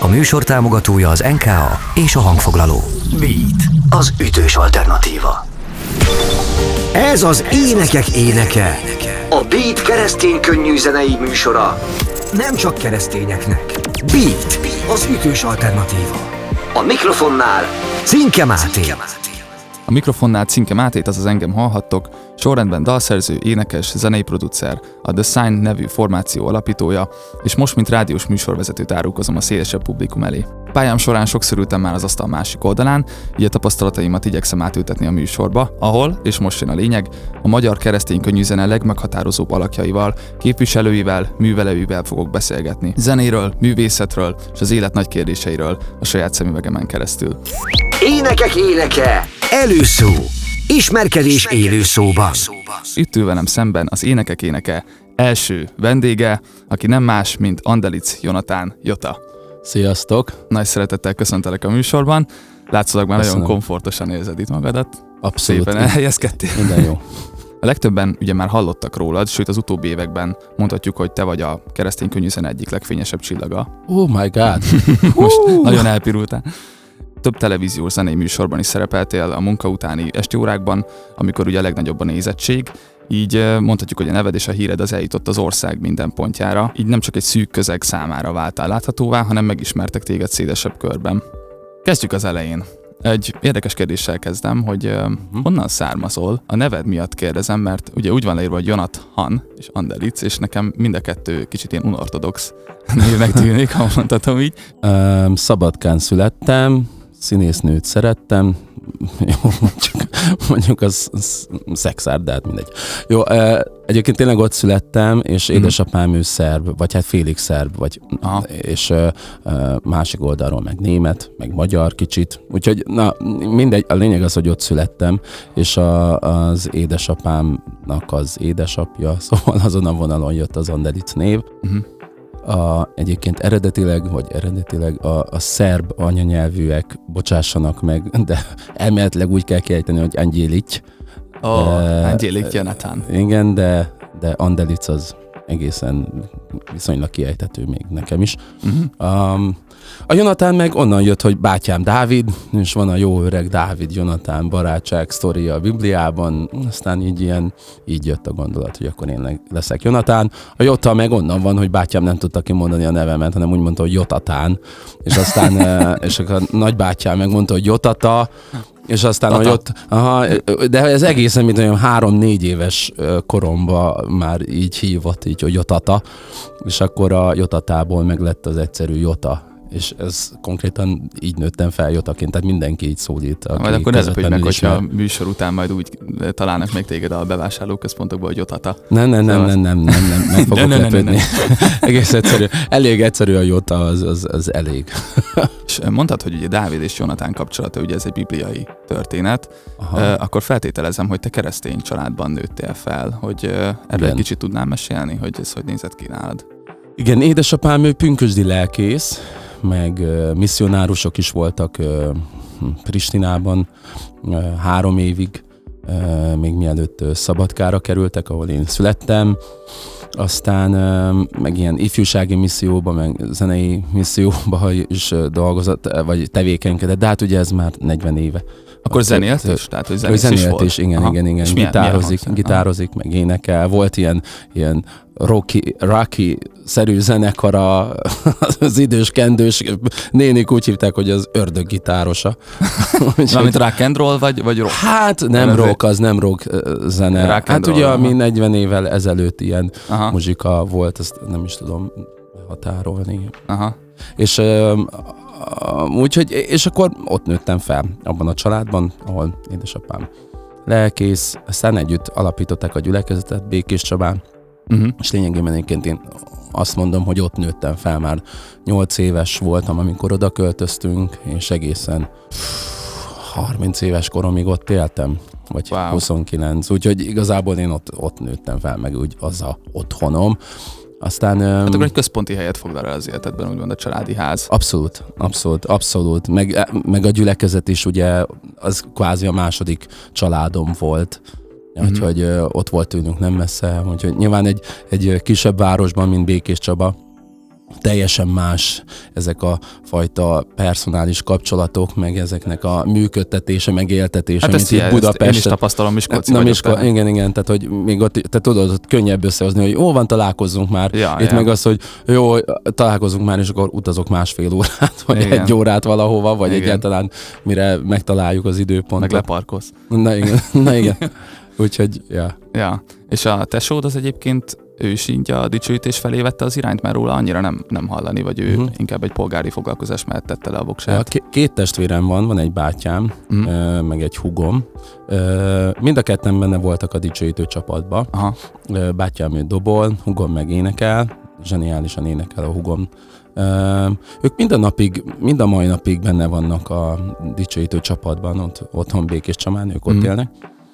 műsor támogatója az NKA és a hangfoglaló. Beat, az ütős alternatíva. Ez az Énekek éneke, a Beat keresztény könnyű zenei műsora. Nem csak keresztényeknek. Beat, az ütős alternatíva. A mikrofonnál Cinke Máté. A mikrofonnál Cinke Mátét, azaz engem hallhattok, sorrendben dalszerző, énekes, zenei producer, a The Sign nevű formáció alapítója, és most mint rádiós műsorvezetőt árulkozom a szélesebb publikum elé. Pályám során sokszor ültem már az asztal másik oldalán, így a tapasztalataimat igyekszem átültetni a műsorba, ahol, és most jön a lényeg, a magyar keresztény könnyűzene legmeghatározóbb alakjaival, képviselőivel, művelőivel fogok beszélgetni. Zenéről, művészetről és az élet nagy kérdéseiről a saját szemüvegemen keresztül. Énekek éneke, előszó, ismerkedés élő szóban. Itt ül velem szemben az Énekek éneke első vendége, aki nem más, mint Andelic Jonatán Jota. Sziasztok! Nagy szeretettel köszöntelek a műsorban. Látszólag már nagyon komfortosan érzed itt magadat. Abszolút. Szépen elhelyezkedtél. Minden jó. A legtöbben ugye már hallottak rólad, sőt az utóbbi években mondhatjuk, hogy te vagy a keresztény könnyűzene egyik legfényesebb csillaga. Oh my god! Most nagyon elpirultál. Több televíziós zenei műsorban is szerepeltél a munka utáni esti órákban, amikor ugye a legnagyobb a nézettség. Így mondhatjuk, hogy a neved és a híred az eljutott az ország minden pontjára. Így nem csak egy szűk közeg számára váltál láthatóvá, hanem megismertek téged szélesebb körben. Kezdjük az elején. Egy érdekes kérdéssel kezdem, hogy honnan származol? A neved miatt kérdezem, mert ugye úgy van leírva, hogy Jonathan és Andelic, és nekem mind a kettő kicsit ilyen unortodox névnek tűnik, ha mondhatom így. Szabadkán születtem, színésznőt szerettem, jó, mondjuk az szexárd, de hát mindegy. Jó, egyébként tényleg ott születtem, és édesapám ő szerb, vagy hát félig szerb, vagy, és másik oldalról meg német, meg magyar kicsit. Úgyhogy na mindegy, a lényeg az, hogy ott születtem, és az édesapámnak az édesapja, szóval azon a vonalon jött az Andelic név. Egyébként eredetileg a szerb anyanyelvűek bocsássanak meg, de elméletileg úgy kell kiejteni, hogy Angyelic. Angyelic Jonatán. Igen, de Andelic az egészen viszonylag kiejthető még nekem is. A Jonatán meg onnan jött, hogy bátyám Dávid, és van a jó öreg Dávid Jonatán barátság sztoria a Bibliában, aztán így jött a gondolat, hogy akkor én leszek Jonatán. A Jota meg onnan van, hogy bátyám nem tudta kimondani a nevemet, hanem úgy mondta, hogy Jotatán, és aztán és a nagybátyám megmondta, hogy Jotata, és aztán de ez egészen, mint olyan 3-4 éves koromban már így hívott, így, hogy Jotata, és akkor a Jotatából meg lett az egyszerű Jota. És ez konkrétan így nőttem fel Jotaként, tehát mindenki így szólít. Majd akkor ne lepődj meg, hogyha a műsor után majd úgy találnak meg téged a bevásárlóközpontokban, hogy Jotata. Nem, meg fogok lepődni. Egész egyszerű. Elég egyszerű a Jota, az elég. És mondtad, hogy ugye Dávid és Jonatán kapcsolata, ugye ez egy bibliai történet, akkor feltételezem, hogy te keresztény családban nőttél fel, hogy erről egy kicsit tudnám mesélni, hogy ez hogy nézett ki nálad? Igen, édesapám ő pünkösdi lelkész, meg misszionárusok is voltak Pristinában 3 évig, még mielőtt Szabadkára kerültek, ahol én születtem. Aztán meg ilyen ifjúsági misszióban, meg zenei misszióban is dolgozott, vagy tevékenykedett, de hát ugye ez már 40 éve. Akkor zenélt is? Tehát, hogy zenélt is, igen. Gitározik, meg énekel. Volt ilyen Rocky-szerű zenekara, az idős kendős nénik úgy hívták, hogy az ördög gitárosa. Valamint rock and roll, vagy rock? Hát nem rock zene. Hát ugye, ami 40 évvel ezelőtt ilyen muzsika volt, azt nem is tudom határolni. És úgyhogy, és akkor ott nőttem fel, abban a családban, ahol édesapám lelkész, aztán együtt alapították a gyülekezetet Békés Csabán, és lényegében egyébként én azt mondom, hogy ott nőttem fel, már 8 éves voltam, amikor oda költöztünk, és egészen 30 éves koromig ott éltem, vagy 29, úgyhogy igazából én ott nőttem fel, meg úgy az a otthonom. Aztán... Hát akkor egy központi helyet foglal el az életedben, úgymond a családi ház. Abszolút. Meg a gyülekezet is ugye, az kvázi a második családom volt. Úgyhogy ott volt tőlünk nem messze. Úgyhogy nyilván egy kisebb városban, mint Békés Csaba, teljesen más ezek a fajta personális kapcsolatok, meg ezeknek a működtetése, meg éltetése, Hát mint itt Budapesten. Én is tapasztalom, Miskolci vagyok. Igen, tehát hogy még ott, te tudod, ott könnyebb összehozni, hogy jó van, találkozzunk már. Itt meg az, hogy jó, találkozunk már, és akkor utazok másfél órát, vagy igen. 1 órát valahova, vagy igen. Egyáltalán mire megtaláljuk az időpontot. Meg leparkolsz. Na igen. Úgyhogy, Ja. És a tesód az egyébként ő is így a dicsőítés felé vette az irányt, mert róla annyira nem hallani, vagy ő inkább egy polgári foglalkozás mellett tette le a voksát. 2 testvérem van egy bátyám, meg egy húgom. Mind a ketten benne voltak a dicsőítő csapatba. Aha. Bátyám ő dobol, húgom meg énekel, zseniálisan énekel a húgom. Ők mind a mai napig benne vannak a dicsőítő csapatban, otthon Békéscsamán, ők ott élnek.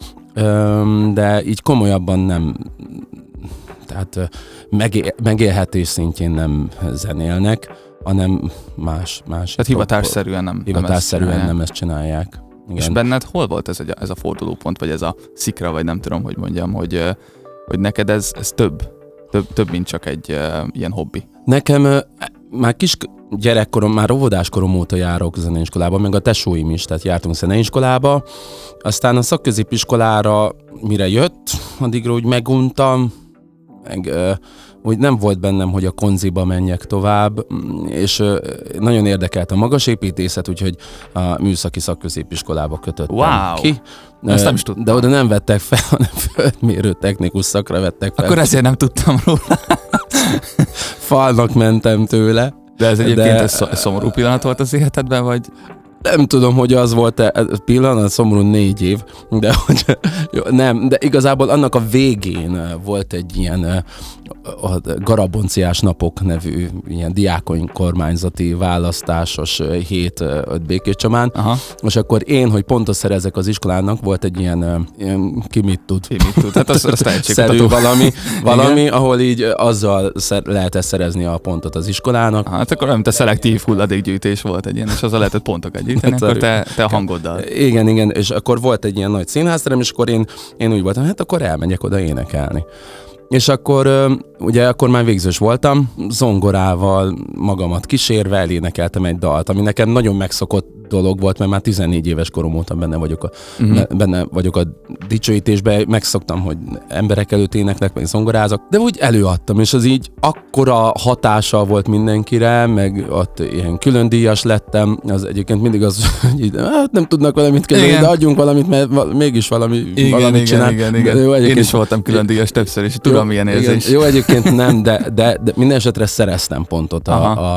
De így komolyabban nem, tehát megélhetés szintjén nem zenélnek, hanem más. Tehát hivatásszerűen nem ezt csinálják. Igen. És benned hol volt ez a fordulópont, vagy ez a szikra, vagy nem tudom, hogy mondjam, hogy neked ez több, mint csak egy ilyen hobbi? Nekem már kis gyerekkorom, már óvodáskorom óta járok zeneiskolába, meg a tesóim is, tehát jártunk zeneiskolába. Aztán a szakközépiskolára mire jött, addigra úgy meguntam, meg úgy nem volt bennem, hogy a konziba menjek tovább, és nagyon érdekelt a magasépítészet, úgyhogy a műszaki szakközépiskolába kötöttem ki. Ezt nem is tudtam. De oda nem vettek fel, hanem földmérő technikus szakra vettek fel. Akkor ezért nem tudtam róla. Falnak mentem tőle. De ez egyébként egy szomorú pillanat volt az életedben, vagy? Nem tudom, hogy az volt-e pillanat, szomorú 4 év, de hogy nem, de igazából annak a végén volt egy ilyen a Garabonciás napok nevű ilyen diákony kormányzati választásos hét Békéscsamán, és akkor én, hogy pontot szerezek az iskolának, volt egy ilyen ki mit tud. Hát az szerű valami ahol így azzal lehetett szerezni a pontot az iskolának. Hát akkor nem, te szelektív hulladékgyűjtés volt egy ilyen, és azzal lehetett pontokat gyűjteni, akkor te a hangoddal. Igen, és akkor volt egy ilyen nagy színházterem, és akkor én úgy voltam, hát akkor elmegyek oda énekelni. És akkor ugye akkor már végzős voltam, zongorával magamat kísérve elénekeltem egy dalt, ami nekem nagyon megszokott dolog volt, mert már 14 éves korom óta benne vagyok a dicsőítésben, megszoktam, hogy emberek előtt éneklek, meg zongorázok, de úgy előadtam, és az így akkora hatással volt mindenkire, meg ott ilyen külön díjas lettem, az egyébként mindig az, hogy hát nem tudnak valamit kezdeni, de adjunk valamit, mert mégis valamit csinál. Igen. Én is voltam külön díjas többször, és tudom, milyen érzés. Jó, egyébként nem, de minden esetre szereztem pontot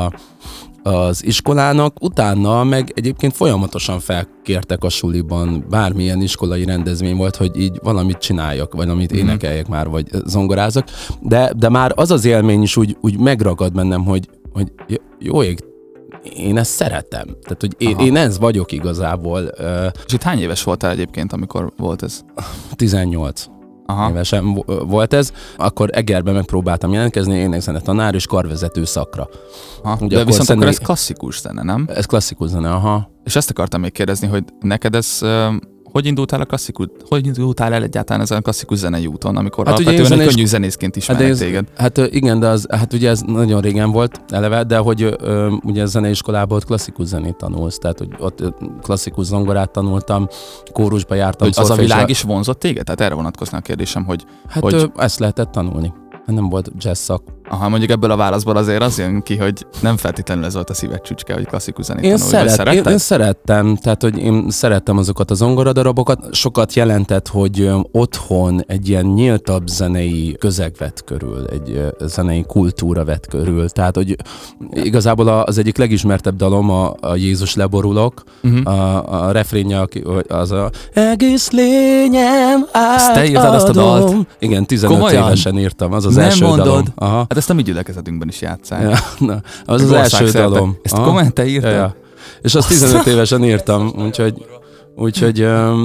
az iskolának, utána meg egyébként folyamatosan felkértek a suliban, bármilyen iskolai rendezvény volt, hogy így valamit csináljak, vagy valamit énekeljek már, vagy zongorázok, de már az élmény is úgy megragad bennem, hogy jó ég, én ezt szeretem. Tehát, hogy én ez vagyok igazából. És itt hány éves voltál egyébként, amikor volt ez? 18. Évesen volt ez, akkor Egerben megpróbáltam jelentkezni énekzene tanár és karvezető szakra. De viszont akkor ez klasszikus zene, nem? Ez klasszikus zene, És ezt akartam még kérdezni, hogy neked ez hogy indultál el egyáltalán ezen a klasszikus zenei úton, amikor alapvetően egy könnyű zenészként ismernek téged? Hát igen, de ugye ez nagyon régen volt eleve, de hogy ugye zeneiskolában ott klasszikus zenét tanulsz, tehát hogy ott klasszikus zongorát tanultam, kórusba jártam. Hogy az a világ is vonzott téged? Tehát erre vonatkozna a kérdésem, hogy... ezt lehetett tanulni. Nem volt jazz szak. Mondjuk ebből a válaszból azért az jön ki, hogy nem feltétlenül ez volt a szíved csücske, hogy klasszikus zenét tanulni. Én szerettem, tehát hogy én szerettem azokat a zongoradarabokat. Sokat jelentett, hogy otthon egy ilyen nyíltabb zenei közeg vett körül, egy zenei kultúra vett körül. Tehát, hogy igazából az egyik legismertebb dalom a Jézus leborulok, a refrénje, az a egész lényem átadom. Te írtad azt a dalt? Igen, 15 évesen írtam, az első dalom. Hát ezt a mi gyülekezetünkben is játsszák. Az első dalom. Ezt komolyan te írtad? Ja. És azt 15 évesen írtam, úgyhogy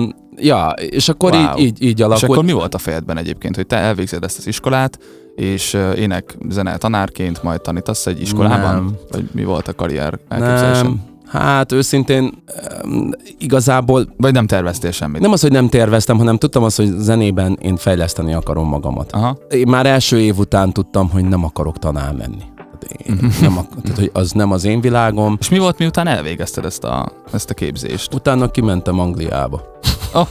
és akkor így alakult. És akkor mi volt a fejedben egyébként, hogy te elvégzed ezt az iskolát, és zene tanárként majd tanítasz egy iskolában? Nem. Vagy mi volt a karrier elképzelésed? Hát őszintén igazából... Vagy nem terveztél semmit? Nem az, hogy nem terveztem, hanem tudtam azt, hogy zenében én fejleszteni akarom magamat. Én már első év után tudtam, hogy nem akarok tanár menni. Tehát, hogy az nem az én világom. És mi volt, miután elvégezted ezt a képzést? Utána kimentem Angliába. Oh.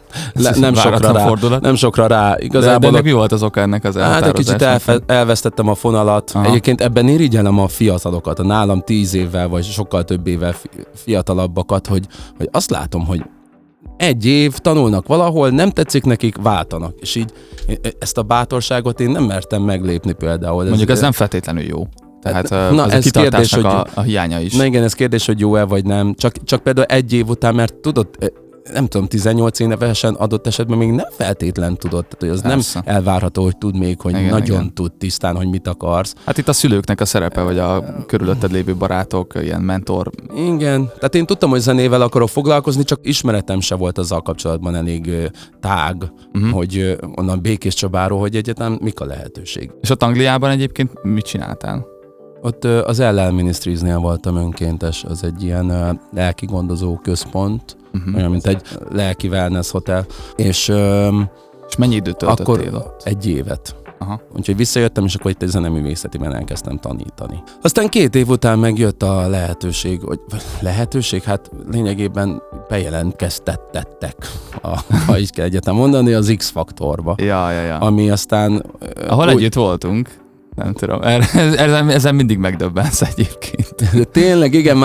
Nem sokra rá. Igazából de mi volt az oka ennek az elhatározásnak? Hát egy kicsit elvesztettem a fonalat. Aha. Egyébként ebben irigyelem a fiatalokat, a nálam 10 évvel vagy sokkal több évvel fiatalabbakat, hogy azt látom, hogy egy év tanulnak valahol, nem tetszik nekik, váltanak. És így ezt a bátorságot én nem mertem meglépni például. Mondjuk ez nem feltétlenül jó. Tehát ez kérdés, hogy a hiánya is. Na igen, ez kérdés, hogy jó-e vagy nem. Csak például egy év után, mert tudod, nem tudom, 18 évesen adott esetben még nem feltétlen tudod, tehát hogy az Persze. nem elvárható, hogy tud még, hogy igen, nagyon igen. tud tisztán, hogy mit akarsz. Hát itt a szülőknek a szerepe, vagy a körülötted lévő barátok, ilyen mentor. Igen, tehát én tudtam, hogy zenével akarok foglalkozni, csak ismeretem se volt azzal kapcsolatban elég tág, hogy onnan Békés Csabáról, hogy egyetem mik a lehetőség. És ott Angliában egyébként mit csináltál? Ott az LL Ministries-nél voltam önkéntes, az egy ilyen lelki gondozó központ, olyan, mint egy lelki wellness hotel. És mennyi időt töltöttél ott? Egy évet. Aha. Úgyhogy visszajöttem, és akkor itt egy zeneművészetiben elkezdtem tanítani. Aztán 2 év után megjött a lehetőség, hát lényegében bejelentkeztettek, ha így kell egyetem mondani, az X-faktorba. Ja. Ami aztán... Ahol együtt voltunk. Nem tudom, ezen mindig megdöbbensz egyébként. De tényleg, igen,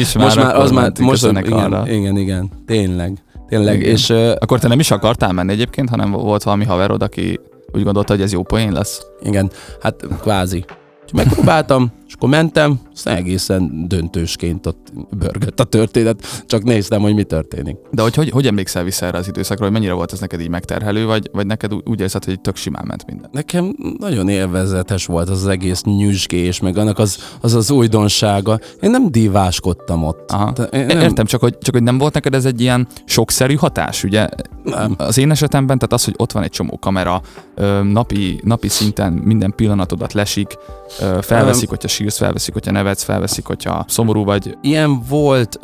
igen, tényleg. Igen. És, akkor te nem is akartál menni egyébként, hanem volt valami haverod, aki úgy gondolta, hogy ez jó poén lesz? Igen, hát kvázi. Megpróbáltam, és akkor mentem, aztán egészen döntősként ott börgött a történet, csak néztem, hogy mi történik. De hogy emlékszel vissza erre az időszakra, hogy mennyire volt ez neked így megterhelő, vagy neked úgy érzed, hogy tök simán ment minden? Nekem nagyon élvezetes volt az egész nyüzsgés, meg annak az újdonsága. Én nem diváskodtam ott. Értem, csak hogy nem volt neked ez egy ilyen sokszerű hatás, ugye? Nem. Az én esetemben, tehát az, hogy ott van egy csomó kamera, napi szinten minden pillanatodat lesik, felveszik, hogyha sírsz, felveszik, hogyha nevetsz, felveszik, hogyha szomorú vagy. Ilyen volt,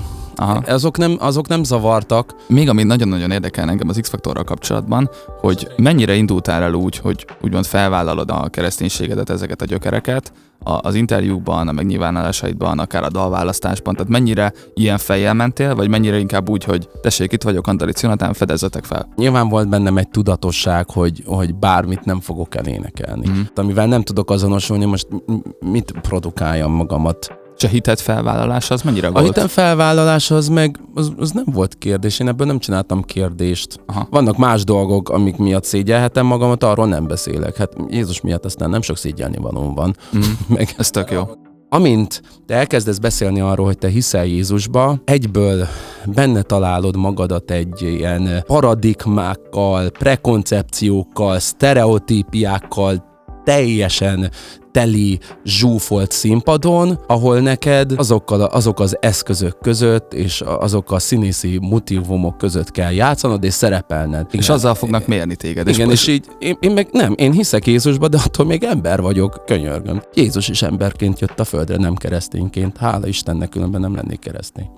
azok nem zavartak. Még ami nagyon-nagyon érdekel engem az X-faktorral kapcsolatban, hogy mennyire indultál el úgy, hogy úgymond felvállalod a kereszténységedet, ezeket a gyökereket, az interjúkban, a megnyilvánulásaidban, akár a dalválasztásban, tehát mennyire ilyen fejjel mentél, vagy mennyire inkább úgy, hogy tessék, itt vagyok, Andalic Jonathan, fedezzetek fel? Nyilván volt bennem egy tudatosság, hogy bármit nem fogok elénekelni. Amivel nem tudok azonosulni, most mit produkáljam magamat. És a hited felvállalása az mennyire volt? A hitem felvállalása az meg, az nem volt kérdés, én ebből nem csináltam kérdést. Aha. Vannak más dolgok, amik miatt szégyelhetem magamat, arról nem beszélek. Hát Jézus miatt aztán nem sok szégyelnivalóm van. Meg ez tök jó. Amint te elkezdesz beszélni arról, hogy te hiszel Jézusba, egyből benne találod magadat egy ilyen paradigmákkal, prekoncepciókkal, sztereotípiákkal teljesen teli, zsúfolt színpadon, ahol neked azok az eszközök között és azok a színészi motívumok között kell játszanod és szerepelned. És igen. Azzal fognak mérni téged. Igen, és így én meg nem, én hiszek Jézusba, de attól még ember vagyok, könyörgöm. Jézus is emberként jött a földre, nem keresztényként. Hála Istennek, különben nem lennék keresztény.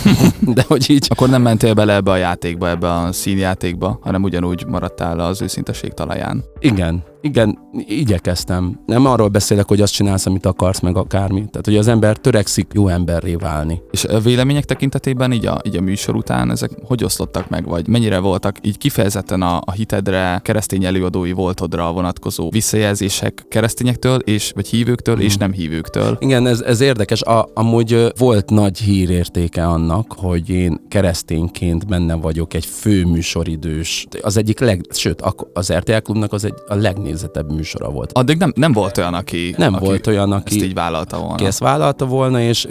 De hogy így... Akkor nem mentél bele ebbe a játékba, ebbe a színjátékba, hanem ugyanúgy maradtál az őszinteség talaján. Igen, igyekeztem. Nem arról beszélek, hogy azt csinálsz, amit akarsz, meg akármi. Tehát, hogy az ember törekszik jó emberré válni. És a vélemények tekintetében így a műsor után ezek hogy oszlottak meg, vagy mennyire voltak így kifejezetten a hitedre, keresztény előadói voltodra vonatkozó visszajelzések keresztényektől, vagy hívőktől, és nem hívőktől? Igen, ez érdekes. Amúgy volt nagy hírértéke annak, hogy én keresztényként benne vagyok egy főműsoridős. Az egyik sőt, az RTL Klubnak az a legnézettebb műsora volt. Addig nem volt olyan, aki ezt így vállalta volna. Aki ezt vállalta volna, és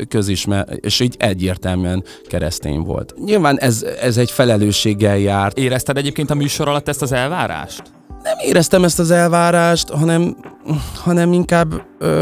és így egyértelműen keresztény volt. Nyilván ez egy felelősséggel járt. Érezted egyébként a műsor alatt ezt az elvárást? Nem éreztem ezt az elvárást, hanem inkább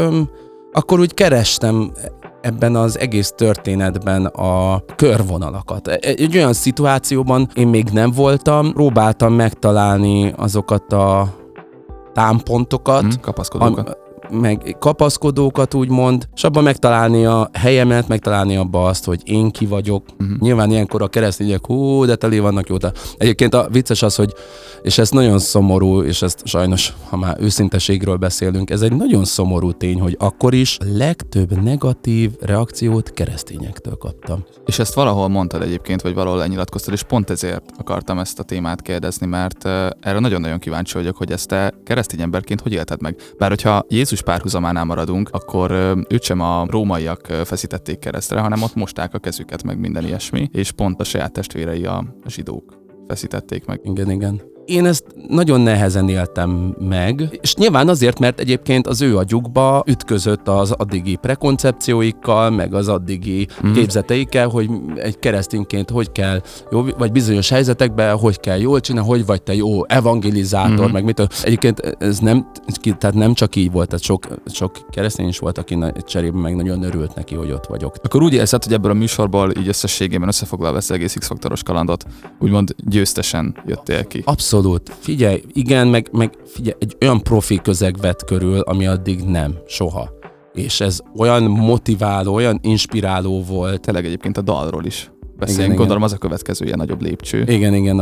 akkor úgy kerestem ebben az egész történetben a körvonalakat. Egy olyan szituációban én még nem voltam, próbáltam megtalálni azokat a támpontokat, kapaszkodókat. meg kapaszkodókat úgymond, és abban megtalálni a helyemet, megtalálni abba azt, hogy én ki vagyok. Nyilván ilyenkor a keresztények, de teli vannak jó. Egyébként a vicces az, hogy, és ez nagyon szomorú, és ezt sajnos, ha már őszinteségről beszélünk, ez egy nagyon szomorú tény, hogy akkor is a legtöbb negatív reakciót keresztényektől kaptam. És ezt valahol mondtad egyébként, vagy valahol lenyilatkoztad, és pont ezért akartam ezt a témát kérdezni, mert erre nagyon-nagyon kíváncsi vagyok, hogy ezt te keresztény emberként hogy élted meg. Bár hogyha Jézus párhuzamánál maradunk, akkor őt sem a rómaiak feszítették keresztre, hanem ott mosták a kezüket, meg minden ilyesmi, és pont a saját testvérei a zsidók feszítették meg. Igen. Én ezt nagyon nehezen éltem meg, és nyilván azért, mert egyébként az ő agyukba ütközött az addigi prekoncepcióikkal, meg az addigi képzeteikkel, hogy egy keresztényként hogy kell, jó, vagy bizonyos helyzetekben hogy kell jól csinálni, hogy vagy te jó evangelizátor, meg mitől. Egyébként ez nem csak így volt, tehát sok keresztény is volt, aki cserében meg nagyon örült neki, hogy ott vagyok. Akkor úgy érzed, hogy ebből a műsorból így összességében összefoglalva ezt az egész X-faktoros kalandot, úgymond győztesen jöttél ki. Abszolút. Figyelj, igen, meg figyelj, egy olyan profi közeg vett körül, ami addig nem, soha. És ez olyan motiváló, olyan inspiráló volt. Tényleg egyébként a dalról is beszélünk, gondolom az a következő ilyen nagyobb lépcső. Igen,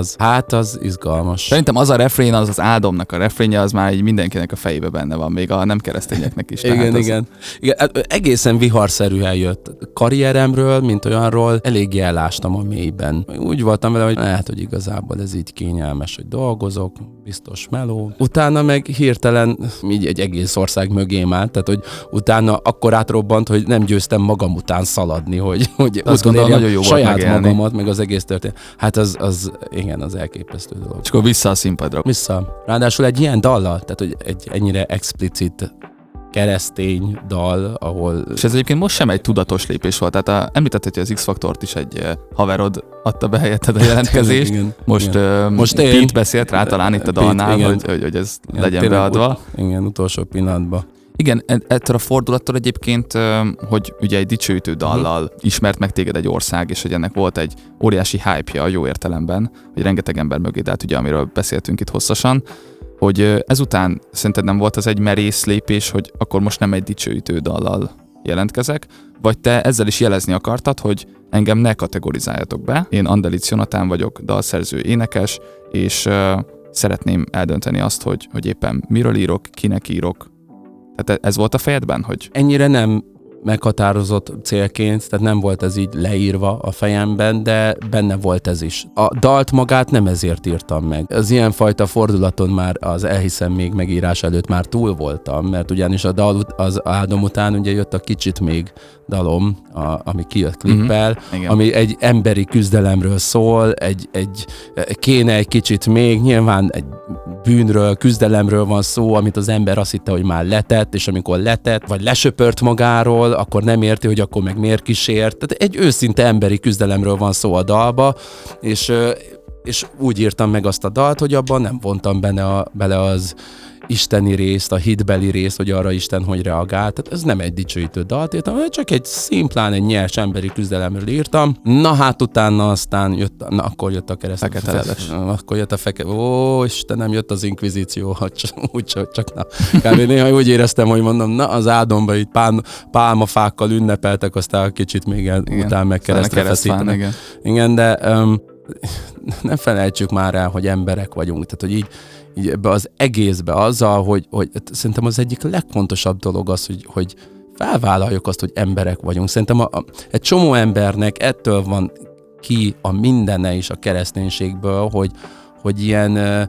az izgalmas. Szerintem az a refrén, az áldomnak a refrénje, az már így mindenkinek a fejébe benne van, még a nem keresztényeknek is. Igen. Egészen viharszerűen jött. Karrieremről, mint olyanról, eléggé elástam a mélyben. Úgy voltam vele, hogy hogy igazából ez így kényelmes, hogy dolgozok, biztos meló. Utána meg hirtelen így egy egész ország mögém állt, tehát hogy utána akkor átrobbant, hogy nem győztem magam után szaladni, hogy nagyon jó saját megélni. magamat, meg az egész történet. Hát az elképesztő dolog. És akkor vissza a színpadra. Ráadásul egy ilyen dallal, tehát hogy egy ennyire explicit keresztény dal, ahol... És ez egyébként most sem egy tudatos lépés volt. Tehát említetted, hogy az X-faktort is egy haverod adta be helyetted a jelentkezést. Igen. Most Pint beszélt rá talán itt a dalnál, hogy ez legyen beadva. Igen, utolsó pillanatban. Igen, ettől a fordulattól egyébként, hogy ugye egy dicsőítő dallal ismert meg téged egy ország, és hogy ennek volt egy óriási hype-ja a jó értelemben, hogy rengeteg ember mögé, de hát ugye amiről beszéltünk itt hosszasan, hogy ezután szerinted nem volt az egy merész lépés, hogy akkor most nem egy dicsőítő dallal jelentkezek, vagy te ezzel is jelezni akartad, hogy engem ne kategorizáljatok be, én Andelic Jonatán vagyok, dalszerző, énekes, és szeretném eldönteni azt, hogy éppen miről írok, kinek írok. Tehát ez volt a fejedben, hogy... Ennyire nem meghatározott célként, tehát nem volt ez így leírva a fejemben, de benne volt ez is. A dalt magát nem ezért írtam meg. Az ilyenfajta fordulaton már az elhiszem még megírás előtt már túl voltam, mert ugyanis a dal az áldom után ugye jött a Kicsit még dalom, ami kijött klippel, ami egy emberi küzdelemről szól, kéne egy kicsit még, nyilván egy bűnről, küzdelemről van szó, amit az ember azt hitte, hogy már letett, és amikor letett, vagy lesöpört magáról, akkor nem érti, hogy akkor meg miért kísért. Tehát egy őszinte emberi küzdelemről van szó a dalba, és úgy írtam meg azt a dalt, hogy abban nem vontam bele az isteni részt, a hitbeli részt, hogy arra Isten hogy reagált. Tehát ez nem egy dicsőítő dalt írtam, csak egy szimplán egy nyers emberi küzdelemről írtam. Na hát utána aztán akkor jött a kereszt. Akkor jött a fekete. Ó, Istenem, jött az inkvizíció, úgyhogy csak na. Kb. Néha úgy éreztem, hogy mondom, na az áldomba így pálmafákkal ünnepeltek, aztán kicsit még után meg keresztre feszítenek. Igen, de nem felejtsük már el, hogy emberek vagyunk. Tehát, hogy így ebbe az egészbe azzal, hogy szerintem az egyik legfontosabb dolog az, hogy felvállaljuk azt, hogy emberek vagyunk. Szerintem egy csomó embernek ettől van ki a mindene is a kereszténységből, hogy ilyen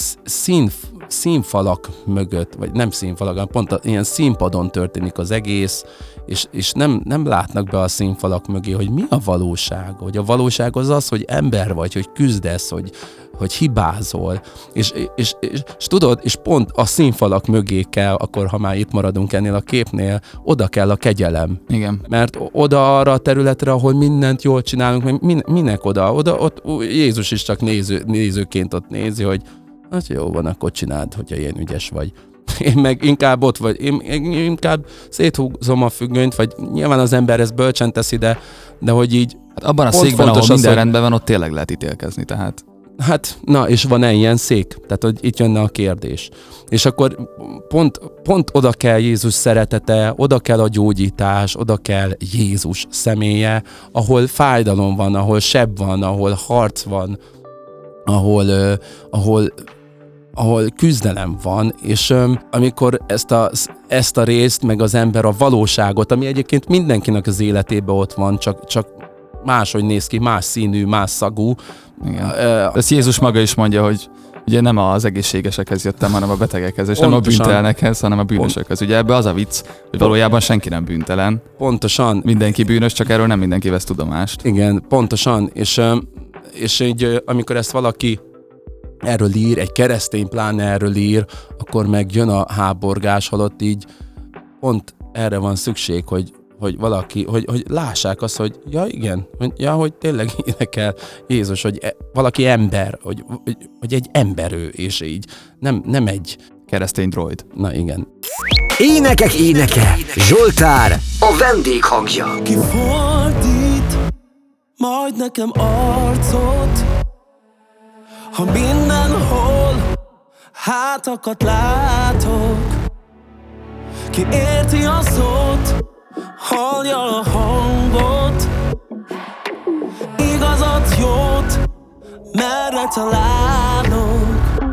színfalak mögött, vagy nem színfalak, hanem pont ilyen színpadon történik az egész, és nem látnak be a színfalak mögé, hogy mi a valóság. Hogy a valóság az, hogy ember vagy, hogy küzdesz, hogy hibázol, és tudod, és pont a színfalak mögé kell, akkor ha már itt maradunk ennél a képnél, oda kell a kegyelem. Igen. Mert oda arra a területre, ahol mindent jól csinálunk, minek oda? Ott Jézus is csak nézőként ott nézi, hogy hát jó van, akkor csináld, hogyha ilyen ügyes vagy. Én meg inkább ott vagy, én inkább széthúzom a függönyt, vagy nyilván az ember ezt bölcsen teszi, de hogy így... Hát abban a székben, ahol minden rendben van, ott tényleg lehet ítélkezni, tehát... Hát, na, és van-e ilyen szék? Tehát, hogy itt jönne a kérdés. És akkor pont oda kell Jézus szeretete, oda kell a gyógyítás, oda kell Jézus személye, ahol fájdalom van, ahol seb van, ahol harc van, ahol küzdelem van, és amikor ezt a részt, meg az ember a valóságot, ami egyébként mindenkinek az életében ott van, csak máshogy néz ki, más színű, más szagú. Igen. Ezt Jézus maga is mondja, hogy ugye nem az egészségesekhez jöttem, hanem a betegekhez, és Pontosan. nem a bűntelenekhez, hanem a bűnösökhez. Ugye ebbe az a vicc, hogy valójában senki nem bűntelen. Pontosan. Mindenki bűnös, csak erről nem mindenki vesz tudomást. Igen, pontosan. És így, amikor ezt valaki erről ír, egy keresztény pláne erről ír, akkor meg jön a háborgás, holott így pont erre van szükség, hogy valaki, hogy lássák azt, hogy ja igen, hogy tényleg énekel Jézus, hogy valaki ember, hogy egy emberő, és így nem egy Keresztény droid. Na igen. Énekek éneke, Zsoltár, a vendéghangja. Ki fordít majd nekem arcot, ha mindenhol hátakat látok. Ki érti a szót, hallja a hangot, igazat, jót, merre találok.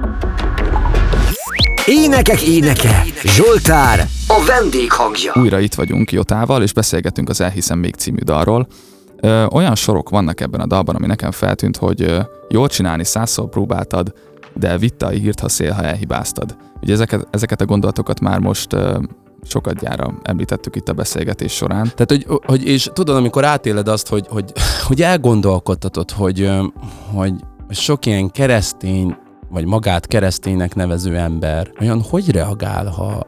Énekek éneke, Zsoltár, a vendéghangja. Újra itt vagyunk Jotával, és beszélgetünk az Elhiszem még című dalról. Olyan sorok vannak ebben a dalban, ami nekem feltűnt, hogy jól csinálni 100-szor próbáltad, de vitte a hírt, ha szél, ha elhibáztad. Ugye ezeket a gondolatokat már most sokat gyára említettük itt a beszélgetés során. Tehát, és tudod, amikor átéled azt, hogy elgondolkodtatod, hogy sok ilyen keresztény, vagy magát kereszténynek nevező ember olyan hogy reagál,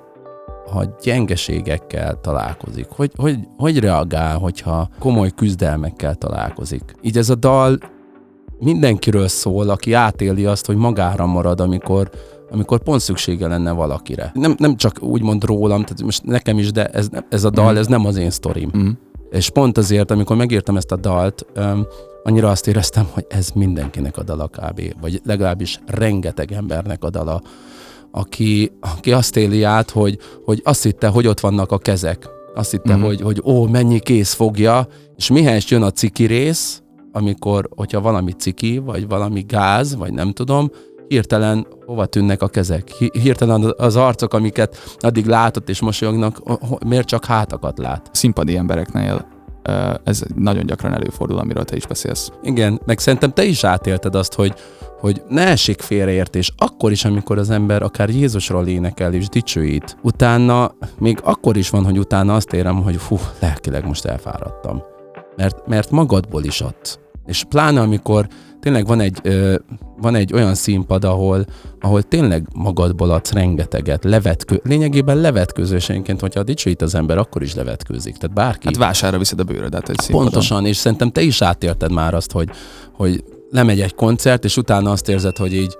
ha gyengeségekkel találkozik? Hogy reagál, hogyha komoly küzdelmekkel találkozik? Így ez a dal mindenkiről szól, aki átéli azt, hogy magára marad, amikor pont szüksége lenne valakire. Nem csak úgymond rólam, tehát most nekem is, de ez a dal, ez nem az én sztorim. És pont azért, amikor megírtam ezt a dalt, annyira azt éreztem, hogy ez mindenkinek a dala kb. Vagy legalábbis rengeteg embernek a dala, aki azt éli át, hogy azt hitte, hogy ott vannak a kezek. Azt hitte, hogy mennyi kéz fogja, és mihelyest jön a ciki rész, hogyha valami ciki, vagy valami gáz, vagy nem tudom, hirtelen hova tűnnek a kezek? Hirtelen az arcok, amiket addig látott és mosolyognak, miért csak hátakat lát? Színpadi embereknél ez nagyon gyakran előfordul, amiről te is beszélsz. Igen, meg szerintem te is átélted azt, hogy ne essék félreértés, akkor is, amikor az ember akár Jézusról énekel és dicsőít. Utána, még akkor is van, hogy utána azt érem, hogy lelkileg most elfáradtam. Mert magadból is adsz. És pláne, amikor tényleg van egy olyan színpad, ahol tényleg magadból adsz rengeteget, lényegében levetkőzősenként, hogyha dicsőít az ember, akkor is levetkőzik. Tehát bárki. Hát vásárra viszed a bőrödet egy színpadon. Pontosan, és szerintem te is átélted már azt, hogy lemegy egy koncert, és utána azt érzed, hogy így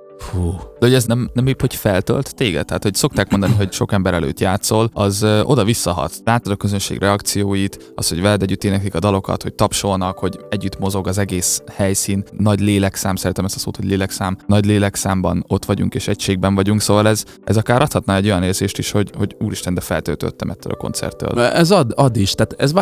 De hogy ez nem épp, hogy feltölt téged? Tehát, hogy szokták mondani, hogy sok ember előtt játszol, az oda visszahat. Látod a közönség reakcióit, az, hogy veled együtt éneklik a dalokat, hogy tapsolnak, hogy együtt mozog az egész helyszín. Nagy lélekszám, szeretem ezt a szót, hogy lélekszám. Nagy lélekszámban ott vagyunk és egységben vagyunk, szóval ez akár adhatna egy olyan érzést is, hogy úristen, de feltöltöttem ettől a koncerttől. Ez ad is, tehát ez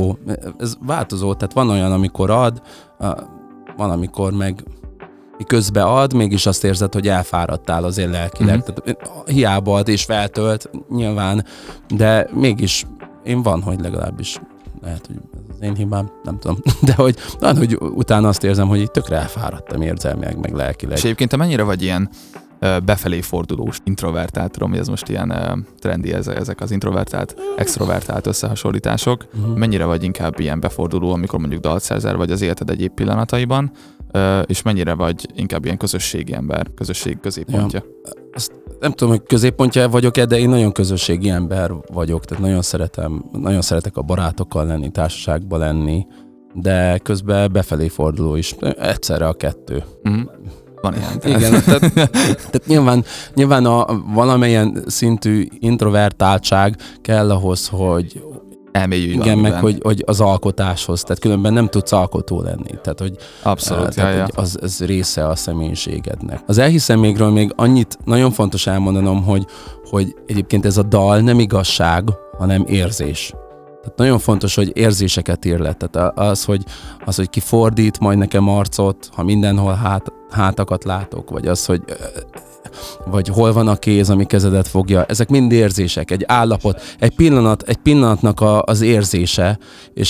változó, tehát van olyan, amikor ad, van, amikor meg közben ad, mégis azt érzed, hogy elfáradtál azért lelkileg. Tehát hiába ad és feltölt, nyilván, de mégis van, hogy legalábbis lehet, hogy ez az én hibám, nem tudom, de hogy utána azt érzem, hogy így tökre elfáradtam érzelmileg, meg lelkileg. És egyébként te mennyire vagy ilyen befelé fordulós, introvertált, tudom, hogy ez most ilyen trendi, ezek az introvertált, extrovertált összehasonlítások. Mennyire vagy inkább ilyen beforduló, amikor mondjuk dalt szerzel, vagy az életed egyéb pillanataiban, és mennyire vagy inkább ilyen közösségi ember, közösség középpontja? Ja. Azt nem tudom, hogy középpontja vagyok-e, de én nagyon közösségi ember vagyok, tehát nagyon szeretek a barátokkal lenni, társaságban lenni, de közben befelé forduló is, egyszerre a kettő. Van ilyen. Igen, tehát nyilván a valamilyen szintű introvertáltság kell ahhoz, hogy elmélyülj igen, valamiben. meg hogy az alkotáshoz, tehát különben nem tudsz alkotó lenni. Tehát, hogy Abszolút, tehát, hogy az része a személyiségednek. Az elhiszem mégről még annyit nagyon fontos elmondanom, hogy egyébként ez a dal nem igazság, hanem érzés. Tehát nagyon fontos, hogy érzéseket ír le. Tehát az, hogy kifordít majd nekem arcot, ha mindenhol hátakat látok, vagy az, vagy hol van a kéz, ami kezedet fogja. Ezek mind érzések, egy állapot, egy pillanatnak az érzése, és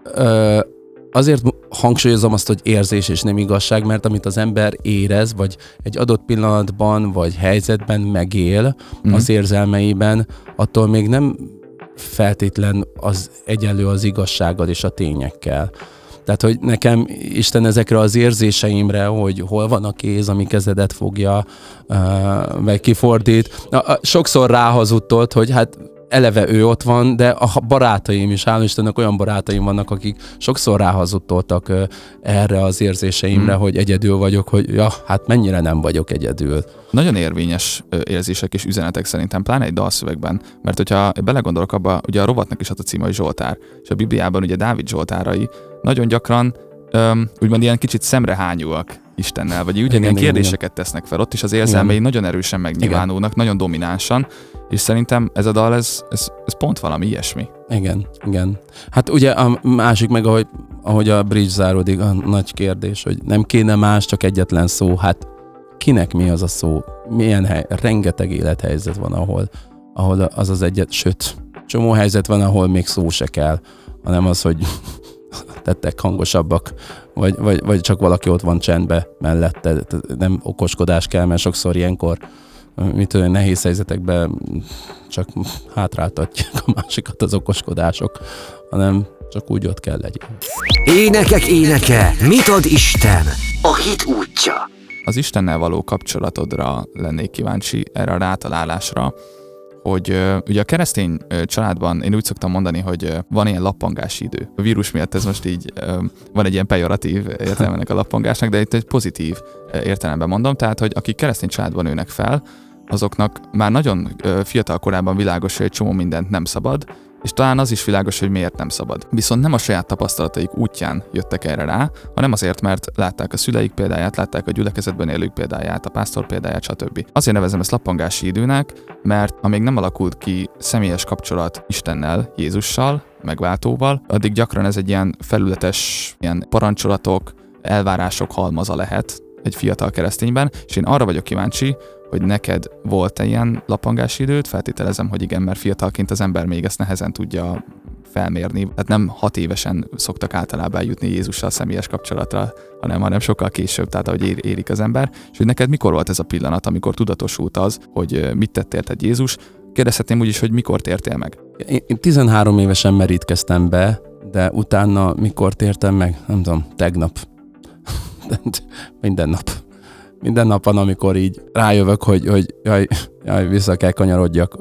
azért hangsúlyozom azt, hogy érzés és nem igazság, mert amit az ember érez, vagy egy adott pillanatban, vagy helyzetben megél az érzelmeiben, attól még nem feltétlen az egyenlő az igazsággal és a tényekkel. Tehát, hogy nekem Isten ezekre az érzéseimre, hogy hol van a kéz, ami kezedet fogja, meg kifordít. Sokszor ráhazudtolt, hogy hát eleve ő ott van, de a barátaim is, hála Istennek olyan barátaim vannak, akik sokszor ráhazudtoltak erre az érzéseimre, hogy egyedül vagyok, hogy ja, hát mennyire nem vagyok egyedül. Nagyon érvényes érzések és üzenetek szerintem, pláne egy dalszövegben, mert hogyha belegondolok abba, ugye a rovatnak is az a címe, hogy Zsoltár, és a Bibliában ugye Dávid zsoltárai nagyon gyakran úgymond ilyen kicsit szemrehányúak Istennel, vagy ugyanilyen kérdéseket tesznek fel, ott is az érzelmei nagyon erősen megnyilvánulnak, nagyon dominánsan, és szerintem ez a dal, ez pont valami ilyesmi. Igen. Hát ugye a másik meg, ahogy a bridge záródik, a nagy kérdés, hogy nem kéne más, csak egyetlen szó, hát kinek mi az a szó? Milyen rengeteg élethelyzet van, ahol az egyet, sőt, csomó helyzet van, ahol még szó se kell, hanem az, hogy tettek hangosabbak, vagy csak valaki ott van csendbe mellette, nem okoskodás kell, mert sokszor ilyenkor nehéz helyzetekben csak hátráltatják a másikat az okoskodások, hanem csak úgy ott kell legyen. Énekek éneke, mit ad Isten? A hit útja. Az Istennel való kapcsolatodra lennék kíváncsi, erre a rátalálásra, hogy ugye a keresztény családban én úgy szoktam mondani, hogy van ilyen lappangási idő. A vírus miatt ez most így van egy ilyen pejoratív értelmenek a lappangásnak, de itt egy pozitív értelemben mondom, tehát, hogy akik keresztény családban nőnek fel, azoknak már nagyon fiatal korában világos, hogy egy csomó mindent nem szabad, és talán az is világos, hogy miért nem szabad. Viszont nem a saját tapasztalataik útján jöttek erre rá, hanem azért, mert látták a szüleik példáját, látták a gyülekezetben élők példáját, a pásztor példáját, stb. Azért nevezem ezt lappangási időnek, mert amíg nem alakult ki személyes kapcsolat Istennel, Jézussal, megváltóval, addig gyakran ez egy ilyen felületes, ilyen parancsolatok, elvárások halmaza lehet egy fiatal keresztényben, és én arra vagyok kíváncsi, hogy neked volt-e ilyen lappangási időt? Feltételezem, hogy igen, mert fiatalként az ember még ezt nehezen tudja felmérni. Tehát nem 6 évesen szoktak általában eljutni Jézussal személyes kapcsolatra, hanem sokkal később, tehát ahogy érik az ember. És hogy neked mikor volt ez a pillanat, amikor tudatosult az, hogy mit tett érted Jézus? Kérdezhetném úgy is, hogy mikor tértél meg? Én 13 évesen merítkeztem be, de utána mikor tértem meg? Nem tudom, tegnap. Minden nap van, amikor így rájövök, hogy jaj, vissza kell kanyarodjak,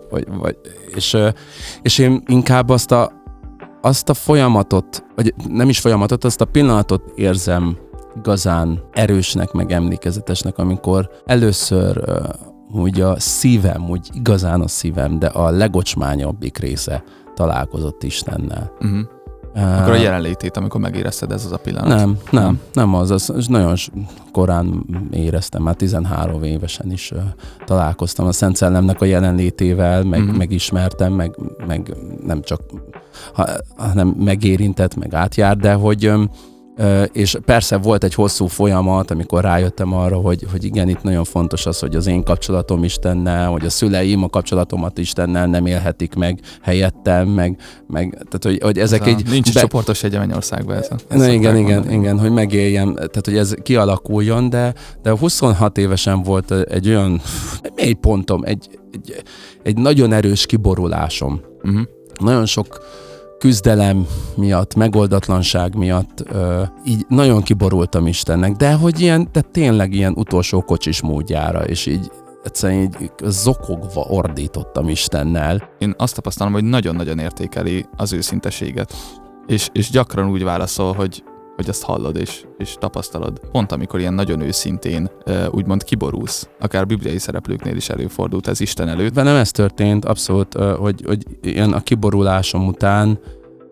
és én inkább azt a folyamatot, vagy nem is folyamatot, azt a pillanatot érzem igazán erősnek, meg emlékezetesnek, amikor először úgy a szívem, úgy igazán a szívem, de a legocsmányabbik része találkozott Istennel. Akkor a jelenlétét, amikor megérezted, ez az a pillanat? Nem az nagyon korán éreztem, már 13 évesen is találkoztam a Szent Szellemnek a jelenlétével, megismertem, meg nem csak, hanem megérintett, meg átjárt, de hogy és persze volt egy hosszú folyamat, amikor rájöttem arra, hogy igen, itt nagyon fontos az, hogy az én kapcsolatom Istennel, hogy a szüleim a kapcsolatomat Istennel nem élhetik meg helyettem, meg tehát, hogy ezek egy... Nincs csoportos egy Mennyországban ez. Igen, hogy megéljem, tehát, hogy ez kialakuljon, de 26 évesen volt egy olyan mély pontom, egy nagyon erős kiborulásom. Nagyon sok küzdelem miatt, megoldatlanság miatt így nagyon kiborultam Istennek, de hogy tényleg ilyen utolsó kocsis módjára, és így egyszerűen így zokogva ordítottam Istennel. Én azt tapasztalom, hogy nagyon-nagyon értékeli az őszinteséget, és gyakran úgy válaszol, hogy azt hallod és tapasztalod. Pont amikor ilyen nagyon őszintén úgymond kiborulsz, akár bibliai szereplőknél is előfordult ez Isten előtt. Velem ez történt abszolút, hogy ilyen a kiborulásom után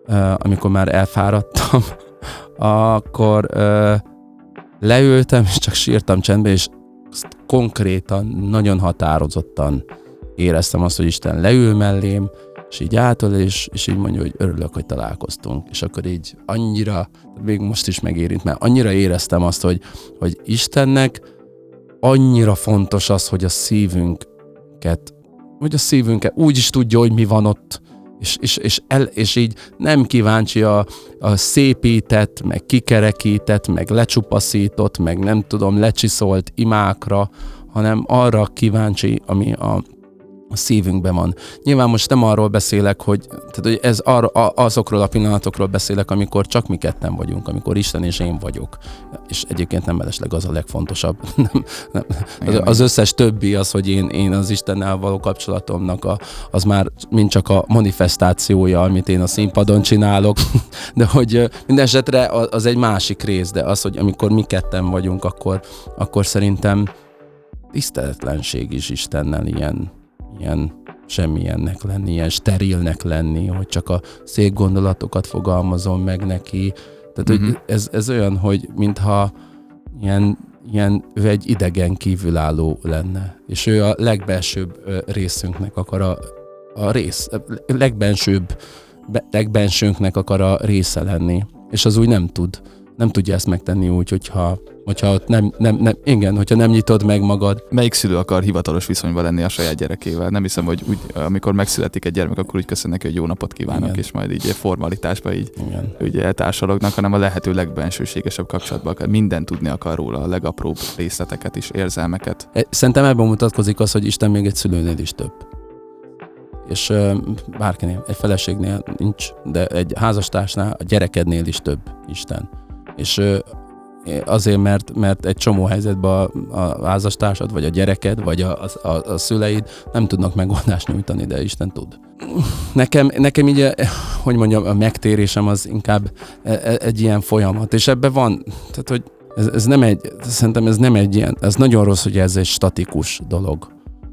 amikor már elfáradtam, akkor leültem, és csak sírtam csendbe, és konkrétan, nagyon határozottan éreztem azt, hogy Isten leül mellém, és így átol, és így mondja, hogy örülök, hogy találkoztunk. És akkor így annyira, még most is megérint, mert annyira éreztem azt, hogy Istennek annyira fontos az, hogy a szívünket úgy is tudja, hogy mi van ott, és így nem kíváncsi a szépített, meg kikerekített, meg lecsupaszított, meg nem tudom, lecsiszolt imákra, hanem arra kíváncsi, ami a szívünkben van. Nyilván most nem arról beszélek, hogy ez azokról a pillanatokról beszélek, amikor csak mi ketten vagyunk, amikor Isten és én vagyok. És egyébként nem mellesleg az a legfontosabb. Az összes többi az, hogy én az Istennel való kapcsolatomnak az már mind csak a manifestációja, amit én a színpadon csinálok. De hogy minden esetre az egy másik rész, de az, hogy amikor mi ketten vagyunk, akkor szerintem tiszteletlenség is Istennel ilyen semmilyennek lenni, ilyen sterilnek lenni, hogy csak a szép gondolatokat fogalmazom meg neki. Tehát, hogy ez olyan, hogy mintha ilyen ő egy idegen kívülálló lenne. És ő a legbelsőbb részünknek akar legbensőnknek akar a része lenni. És az úgy nem tudja ezt megtenni úgy, hogyha hogyha nem nyitod meg magad. Melyik szülő akar hivatalos viszonyban lenni a saját gyerekével? Nem hiszem, hogy úgy, amikor megszületik egy gyermek, akkor úgy köszön neki, hogy jó napot kívánok, igen. És majd így formalitásban így eltársalognak, hanem a lehető legbensőségesebb kapcsolatban akar. Mindent tudni akar róla, a legapróbb részleteket is, érzelmeket. Szerintem ebben mutatkozik az, hogy Isten még egy szülőnél is több. És bárkinél, egy feleségnél nincs, de egy házastársnál, a gyerekednél is több Isten. És azért, mert egy csomó helyzetben a házastársad, vagy a gyereked, vagy a szüleid nem tudnak megoldást nyújtani, de Isten tud. Nekem így, hogy mondjam, a megtérésem az inkább egy ilyen folyamat, és ebben van, tehát hogy szerintem ez nem egy ilyen, ez nagyon rossz, hogy ez egy statikus dolog.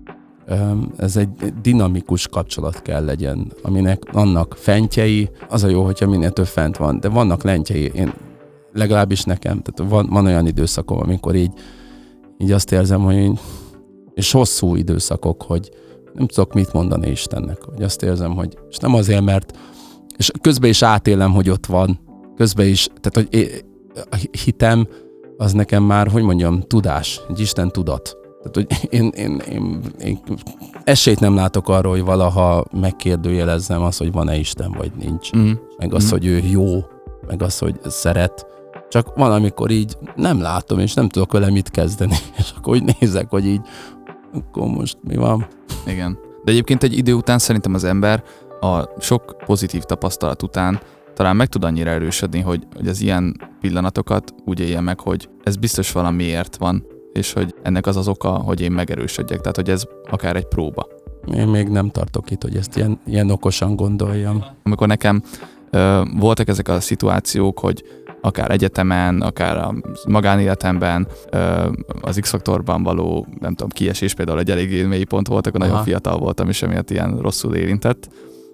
Ez egy dinamikus kapcsolat kell legyen, aminek vannak fentjei, az a jó, hogyha minél több fent van, de vannak lentjei, legalábbis nekem, tehát van olyan időszakom, amikor így azt érzem, hogy és hosszú időszakok, hogy nem tudok mit mondani Istennek, hogy azt érzem, hogy és nem azért, mert és közben is átélem, hogy ott van, közben is, tehát hogy a hitem az nekem már, hogy mondjam, tudás, egy Isten tudat. Tehát, hogy én esélyt nem látok arról, hogy valaha megkérdőjelezzem azt, hogy van-e Isten, vagy nincs. Meg azt, hogy ő jó, meg azt, hogy szeret. Csak van, amikor így nem látom, és nem tudok vele mit kezdeni. És akkor úgy nézek, hogy így, akkor most mi van? Igen. De egyébként egy idő után szerintem az ember a sok pozitív tapasztalat után talán meg tud annyira erősödni, hogy az ilyen pillanatokat úgy élje meg, hogy ez biztos valamiért van, és hogy ennek az az oka, hogy én megerősödjek. Tehát, hogy ez akár egy próba. Én még nem tartok itt, hogy ezt ilyen okosan gondoljam. Amikor nekem voltak ezek a szituációk, hogy akár egyetemen, akár a magánéletemben, az X-faktorban való, nem tudom, kiesés például egy eléggé mély pont volt, akkor nagyon fiatal voltam, és emiatt ilyen rosszul érintett.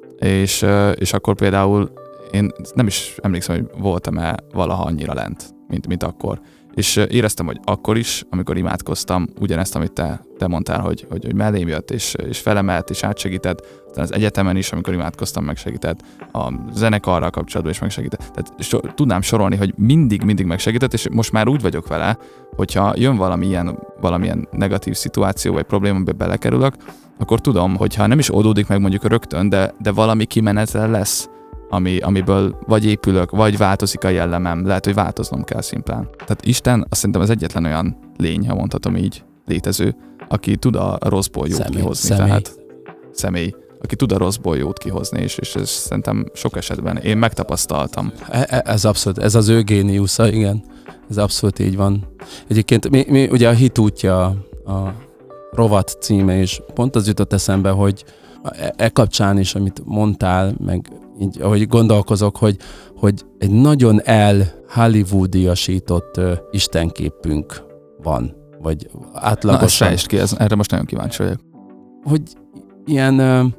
És akkor például én nem is emlékszem, hogy voltam-e valaha annyira lent, mint akkor. És éreztem, hogy akkor is, amikor imádkoztam, ugyanezt, amit te mondtál, hogy mellém jött, és felemelt, és átsegített, az egyetemen is, amikor imádkoztam, megsegített, a zenekarral kapcsolatban is megsegített. Tehát tudnám sorolni, hogy mindig megsegített, és most már úgy vagyok vele, hogyha jön valamilyen negatív szituáció, vagy probléma, amiben belekerülök, akkor tudom, hogyha nem is oldódik meg mondjuk rögtön, de valami kimenetel lesz, amiből vagy épülök, vagy változik a jellemem, lehet, hogy változnom kell szimplán. Tehát Isten azt szerintem az egyetlen olyan lény, ha mondhatom így, létező, aki tud a rosszból jót kihozni. Tehát személy, aki tud a rosszból jót kihozni, és ez szerintem sok esetben én megtapasztaltam. Ez abszolút, ez az ő géniusza, igen. Ez abszolút így van. Egyébként mi ugye a Hit útja, a rovat címe, és pont az jutott eszembe, hogy kapcsán is, amit mondtál, meg így, ahogy gondolkozok, hogy egy nagyon Hollywoodiasított istenképünk van, vagy átlagosan. Na, ezt ki, erre most nagyon kíváncsi vagyok. Hogy ilyen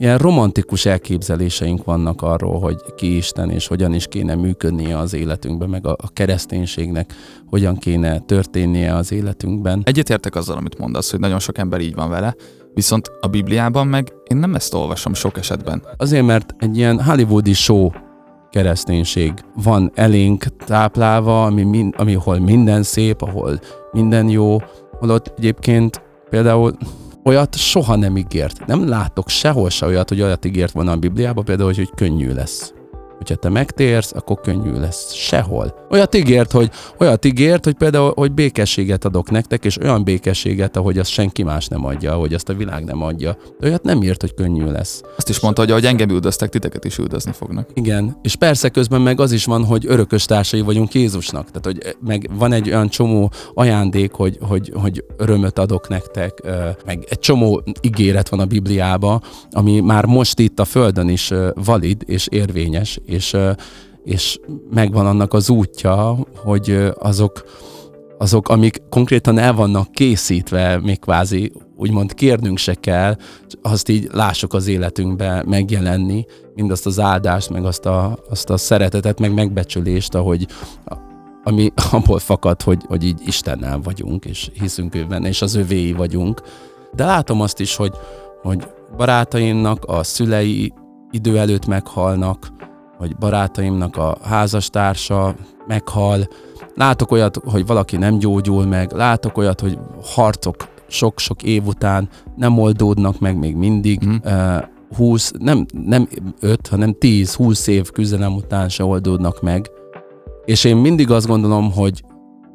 ilyen romantikus elképzeléseink vannak arról, hogy ki Isten és hogyan is kéne működnie az életünkben, meg a kereszténységnek hogyan kéne történnie az életünkben. Egyetértek azzal, amit mondasz, hogy nagyon sok ember így van vele, viszont a Bibliában meg én nem ezt olvasom sok esetben. Azért, mert egy ilyen hollywoodi show kereszténység van elénk táplálva, ahol minden szép, ahol minden jó, holott egyébként például olyat soha nem ígért. Nem látok sehol se olyat, hogy olyat ígért volna a Bibliában, például, hogy könnyű lesz. Hogyha te megtérsz, akkor könnyű lesz. Sehol. Olyat ígért, hogy például, hogy békességet adok nektek, és olyan békességet, ahogy azt senki más nem adja, ahogy azt a világ nem adja. De olyat nem írt, hogy könnyű lesz. Azt is mondta, hogy ahogy engem üldöztek, titeket is üldözni fognak. Igen, és persze közben meg az is van, hogy örökös társai vagyunk Jézusnak. Tehát, hogy meg van egy olyan csomó ajándék, hogy örömöt adok nektek, meg egy csomó ígéret van a Bibliában, ami már most itt a Földön is valid és érvényes, és megvan annak az útja, hogy azok, amik konkrétan el vannak készítve, még kvázi úgymond kérnünk se kell, azt így lássuk az életünkbe megjelenni, mindazt az áldást, meg azt a szeretetet, meg megbecsülést, ami abból fakad, hogy így Istennel vagyunk, és hiszünk őben, és az övéi vagyunk. De látom azt is, hogy barátaimnak a szülei idő előtt meghalnak, hogy barátaimnak a házastársa meghal. Látok olyat, hogy valaki nem gyógyul meg, látok olyat, hogy harcok sok-sok év után nem oldódnak meg még mindig. 20, nem 5, hanem 10-20 év küzdelem után se oldódnak meg. És én mindig azt gondolom, hogy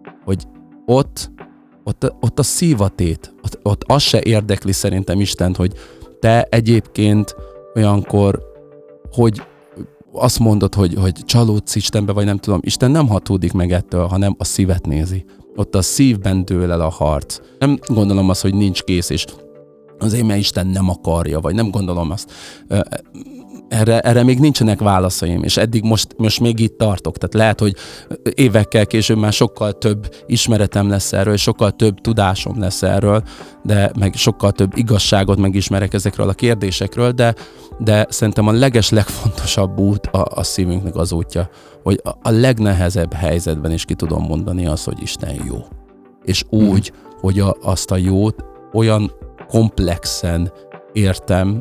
ott a szívatét, ott az se érdekli szerintem Istent, hogy te egyébként olyankor, hogy azt mondod, hogy csalódsz Istenbe, vagy nem tudom, Isten nem hatódik meg ettől, hanem a szívet nézi. Ott a szívben dől el a harc. Nem gondolom azt, hogy nincs kész, és azért, mert Isten nem akarja, vagy nem gondolom azt. Erre még nincsenek válaszaim, és eddig most még itt tartok. Tehát lehet, hogy évekkel később már sokkal több ismeretem lesz erről, és sokkal több tudásom lesz erről, de meg sokkal több igazságot megismerek ezekről a kérdésekről, de szerintem a legfontosabb út a szívünknek az útja, hogy a legnehezebb helyzetben is ki tudom mondani azt, hogy Isten jó. És úgy, hogy azt a jót olyan komplexen értem,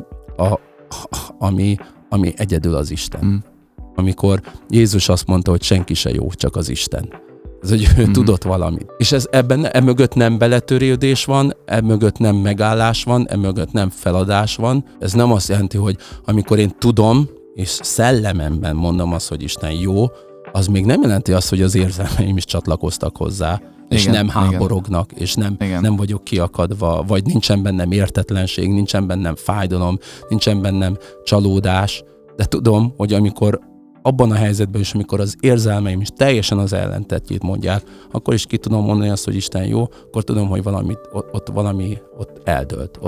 ami egyedül az Isten. Amikor Jézus azt mondta, hogy senki se jó, csak az Isten. Ez, hogy ő tudott valamit. És emögött nem beletörődés van, emögött nem megállás van, emögött nem feladás van. Ez nem azt jelenti, hogy amikor én tudom, és szellememben mondom azt, hogy Isten jó, az még nem jelenti azt, hogy az érzelmeim is csatlakoztak hozzá, és igen, nem háborognak, és nem vagyok kiakadva, vagy nincsen bennem értetlenség, nincsen bennem fájdalom, nincsen bennem csalódás, de tudom, hogy amikor abban a helyzetben is, amikor az érzelmeim is teljesen az ellentetjét mondják, akkor is ki tudom mondani azt, hogy Isten jó, akkor tudom, hogy valami ott eldőlt.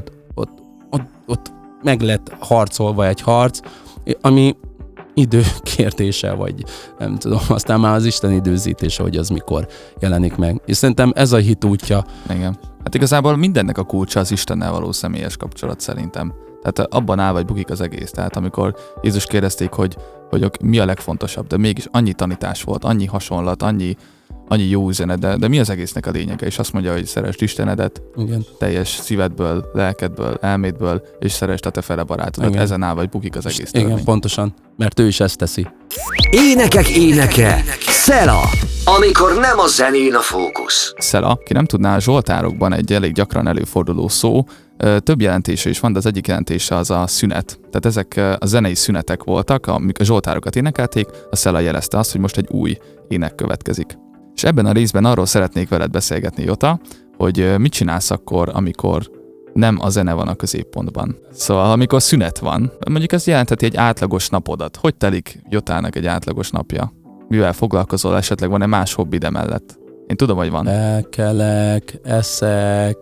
Ott meg lett harcolva egy harc, ami idő kérdése, vagy nem tudom, aztán már az Isten időzítése, hogy az mikor jelenik meg. És szerintem ez a hit útja. Igen. Hát igazából mindennek a kulcsa az Istennel való személyes kapcsolat szerintem. Tehát abban áll vagy bukik az egész. Tehát amikor Jézus kérdezték, hogy mi a legfontosabb, de mégis annyi tanítás volt, annyi hasonlat, annyi jó üzenet, de mi az egésznek a lényege? És azt mondja, hogy szeresd Istenedet, igen, teljes szívedből, lelkedből, elmédből, és szeresd a te fele barátodat. Igen. Ezen áll vagy bukik az egész törvény. Igen, pontosan, mert ő is ezt teszi. Énekek éneke, Szela, amikor nem a zenén a fókusz. Szela, ki nem tudná, a zsoltárokban egy elég gyakran előforduló szó, több jelentése is van, de az egyik jelentése az a szünet. Tehát ezek a zenei szünetek voltak, amik a zsoltárokat énekelték, a Szela jelezte azt, hogy most egy új ének következik. És ebben a részben arról szeretnék veled beszélgetni, Jota, hogy mit csinálsz akkor, amikor nem a zene van a középpontban. Szóval amikor szünet van, mondjuk ez jelentheti egy átlagos napodat. Hogy telik Jotának egy átlagos napja? Mivel foglalkozol, esetleg van-e más hobbid emellett? Én tudom, hogy van. Elkelek, eszek.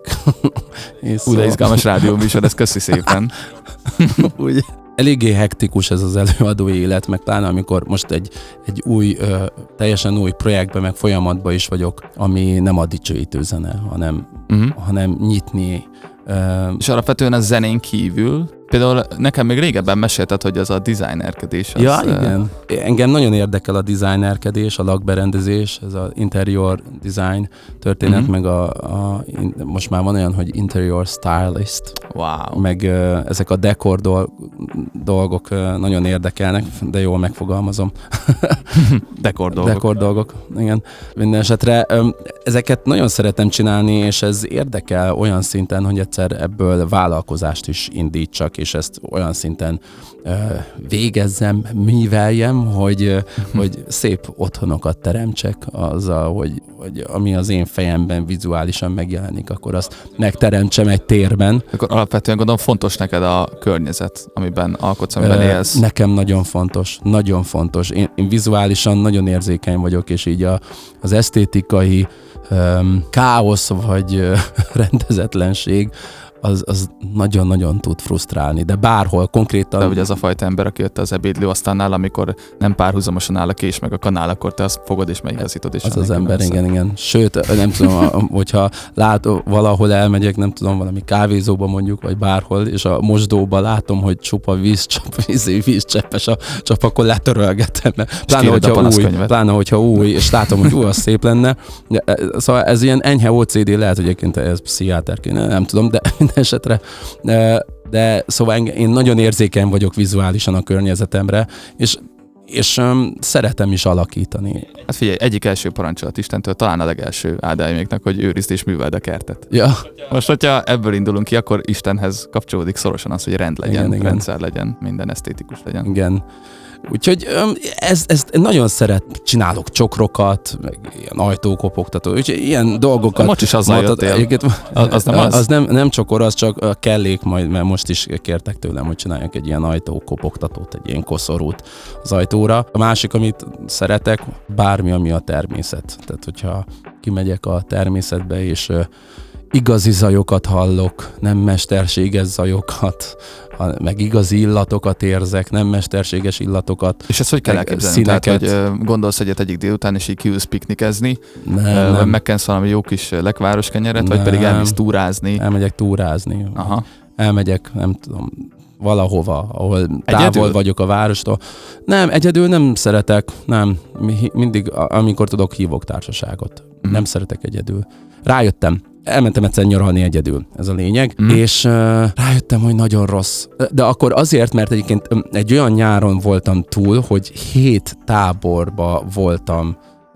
De izgalmas rádióműsor, ezt köszi szépen. Úgy. Eléggé hektikus ez az előadói élet, meg pláne amikor most egy új, teljesen új projektben, meg folyamatban is vagyok, ami nem a dicsőítő zene, hanem nyitni. És alapvetően a zenén kívül Például nekem még régebben mesélted, hogy az a designerkedés. Az, Ja, igen. Engem nagyon érdekel a designerkedés, a lakberendezés, ez az interior design történet, meg most már van olyan, hogy interior stylist, Wow. meg ezek a dekor dolgok nagyon érdekelnek, de jól megfogalmazom. Dekor dolgok. Dekor dolgok, igen. Minden esetre ezeket nagyon szeretem csinálni, és ez érdekel olyan szinten, hogy egyszer ebből vállalkozást is indítsak, és ezt olyan szinten végezzem, műveljem, hogy szép otthonokat teremtsek azzal, hogy ami az én fejemben vizuálisan megjelenik, akkor azt megteremtsem egy térben. Akkor alapvetően gondolom fontos neked a környezet, amiben alkotsz, amiben élsz. Nekem nagyon fontos, nagyon fontos. Én vizuálisan nagyon érzékeny vagyok, és így az esztétikai káosz vagy rendezetlenség az nagyon-nagyon tud frusztrálni, de bárhol konkrétan... De ugye az a fajta ember, aki jött az ebédlőasztalnál, amikor nem párhuzamosan áll a kés meg a kanál, akkor te azt fogod és megigazítod. És az ember, igen. Sőt, nem tudom, hogyha valahol elmegyek, nem tudom, valami kávézóba mondjuk, vagy bárhol, és a mosdóba látom, hogy csupa vízcseppes a csap, akkor letörölgetem. Pláne, hogyha új, és látom, hogy az szép lenne. Szóval ez ilyen enyhe OCD, lehet, hogy egyébként ez pszichiáterként, nem tudom, de esetre, de szóval én nagyon érzékeny vagyok vizuálisan a környezetemre, és szeretem is alakítani. Hát figyelj, egyik első parancsolat Istentől, talán a legelső áldáiméknak, hogy őrizd és műveld a kertet. Ja. Most, hogyha ebből indulunk ki, akkor Istenhez kapcsolódik szorosan az, hogy rend legyen, igen. rendszer legyen, minden esztétikus legyen. Igen. Úgyhogy ezt nagyon csinálok csokrokat, meg ilyen ajtókopogtató, úgyhogy ilyen dolgokat. Most is azzal jöttél. Az nem csokor, az csak a kellék majd, mert most is kértek tőlem, hogy csináljak egy ilyen ajtókopogtatót, egy ilyen koszorút az ajtóra. A másik, amit szeretek, bármi, ami a természet. Tehát, hogyha kimegyek a természetbe, és igazi zajokat hallok, nem mesterséges zajokat, meg igazi illatokat érzek, nem mesterséges illatokat. És ezt hogy kell elképzelni? Tehát, hogy gondolsz egyik délután, és így kiülsz piknikezni, nem. megkensz valami jó kis lekváros kenyeret, vagy pedig elmész túrázni? Elmegyek túrázni. Aha. Elmegyek, nem tudom, valahova, ahol Egyedül? távol vagyok a várostól. Nem, egyedül nem szeretek, nem. Mindig, amikor tudok, hívok társaságot. Nem szeretek egyedül. Rájöttem. Elmentem egyszer nyaralni egyedül, ez a lényeg, és rájöttem, hogy nagyon rossz. De akkor azért, mert egyébként egy olyan nyáron voltam túl, hogy 7 táborba voltam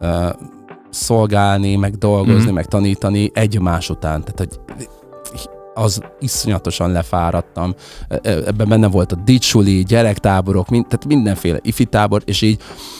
szolgálni, meg dolgozni, meg tanítani egymás után. Tehát, hogy az iszonyatosan lefáradtam. Ebben benne volt a dicsuli, gyerektáborok, tehát mindenféle ifitábor, és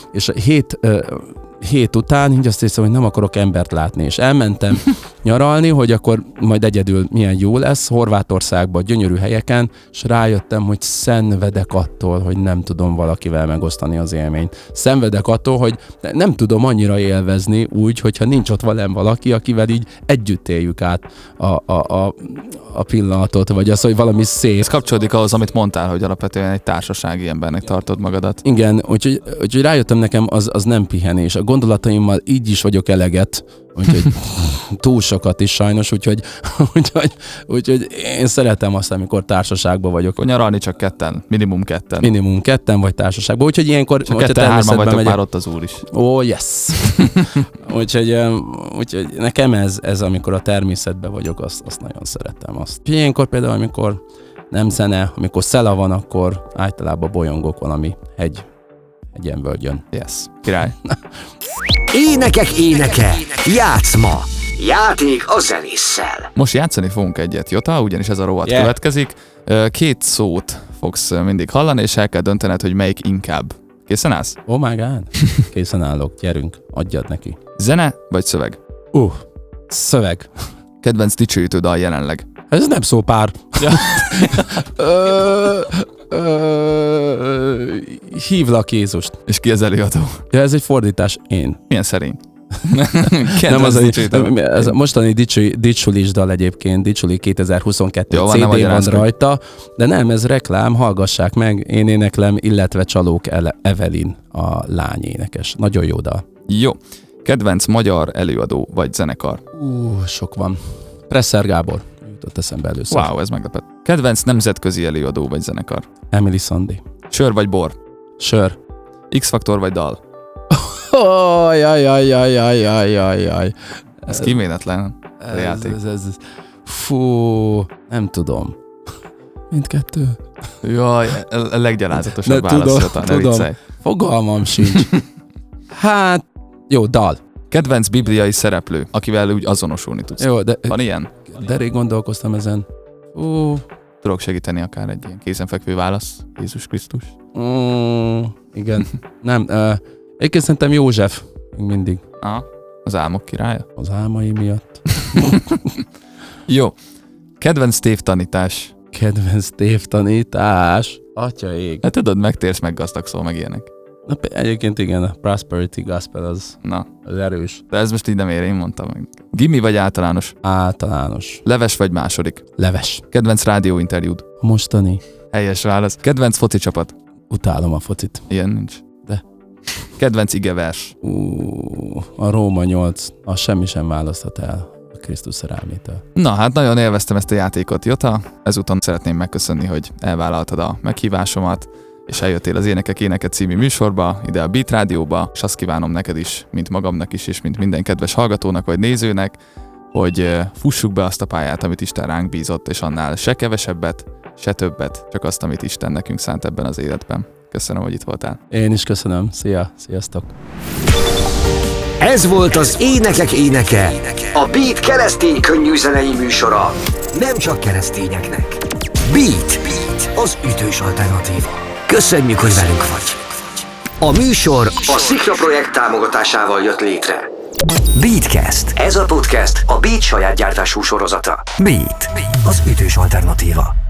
7 után így azt hiszem, hogy nem akarok embert látni, és elmentem nyaralni, hogy akkor majd egyedül milyen jó lesz, Horvátországban, gyönyörű helyeken, és rájöttem, hogy szenvedek attól, hogy nem tudom valakivel megosztani az élményt. Szenvedek attól, hogy nem tudom annyira élvezni úgy, hogyha nincs ott velem valaki, akivel így együtt éljük át a pillanatot, vagy az, hogy valami szép. Ez kapcsolódik ahhoz, amit mondtál, hogy alapvetően egy társasági embernek tartod magadat. Igen, úgyhogy rájöttem, nekem az nem pihenés. A gondolataimmal így is vagyok eleget, úgyhogy túl sokat is sajnos, úgyhogy én szeretem azt, amikor társaságban vagyok. Nyaralni csak ketten, minimum ketten. Minimum ketten vagy társaságban, úgyhogy ilyenkor... Csak ketten-hárman vagytok, már ott az úr is. Yes! úgyhogy nekem ez, amikor a természetben vagyok, azt nagyon szeretem. Ilyenkor például, amikor nem zene, amikor szela van, akkor általában bolyongok valami hegyen völgyön. Yes, király. Énekek éneke, játszma, játék a zenésszel. Most játszani fogunk egyet, Jota, ugyanis ez a rovat következik. 2 szót fogsz mindig hallani, és el kell döntened, hogy melyik inkább. Készen állsz? Oh my god. Készen állok, gyerünk, adjad neki. Zene vagy szöveg? Szöveg. Kedvenc dicsőítő dal jelenleg? Ez nem szópár. Ja. Hívlak Jézust. És ki az előadó? Ja, ez egy fordítás. Én. Milyen szerény? Nem az ez a mostani Dicsulis dal egyébként, Dicsuli 2022 jó, CD van rajta, de nem, ez reklám, hallgassák meg, én éneklem, illetve Csalók Evelin a lány énekes. Nagyon jó dal. Jó. Kedvenc magyar előadó vagy zenekar? Sok van. Presser Gábor jutott eszembe először. Wow, ez meglepett. Kedvenc nemzetközi előadó vagy zenekar? Emily Sandé. Sör vagy bor? Sör. X-faktor vagy dal? Jaj. Ez kíméletlen játék. Fú, nem tudom. Mindkettő. Jaj, a leggyalázatosabb válaszolta, ne viccelj. Fogalmam sincs. Hát, jó, dal. Kedvenc bibliai szereplő, akivel úgy azonosulni tudsz. Jó, de Van ilyen? rég gondolkoztam ezen. Tudok segíteni akár egy ilyen kézenfekvő válasz? Jézus Krisztus? Igen. Nem, egyébként szerintem József. Még mindig. Az álmok királya? Az álmai miatt. Jó. Kedvenc tévtanítás. Kedvenc tévtanítás. Atya ég. Hát tudod, megtérsz, meg gazdagszol, meg ilyenek. Na, egyébként igen, a Prosperity Gospel az erős. De ez most így nem ér, én mondtam meg. Gimi vagy általános? Általános. Leves vagy második? Leves. Kedvenc rádióinterjúd? A mostani. Helyes válasz. Kedvenc foci csapat? Utálom a focit. Ilyen nincs. De. Kedvenc igevers? A Róma 8, az semmi sem választhat el a Krisztus szerelmétől. Na hát nagyon élveztem ezt a játékot, Jota. Ezúton szeretném megköszönni, hogy elvállaltad a meghívásomat, és eljöttél az Énekek Éneke című műsorba, ide a Beat Rádióba, és azt kívánom neked is, mint magamnak is, és mint minden kedves hallgatónak vagy nézőnek, hogy fussuk be azt a pályát, amit Isten ránk bízott, és annál se kevesebbet, se többet, csak azt, amit Isten nekünk szánt ebben az életben. Köszönöm, hogy itt voltál. Én is köszönöm. Sziasztok! Ez volt az Énekek Éneke, a Beat keresztény könnyű zenei műsora. Nem csak keresztényeknek. Beat, az ütős alternatíva. Köszönjük, hogy velünk vagy. A műsor a Szikra projekt támogatásával jött létre. Beatcast. Ez a podcast a Beat saját gyártású sorozata. Beat, az ütős alternatíva.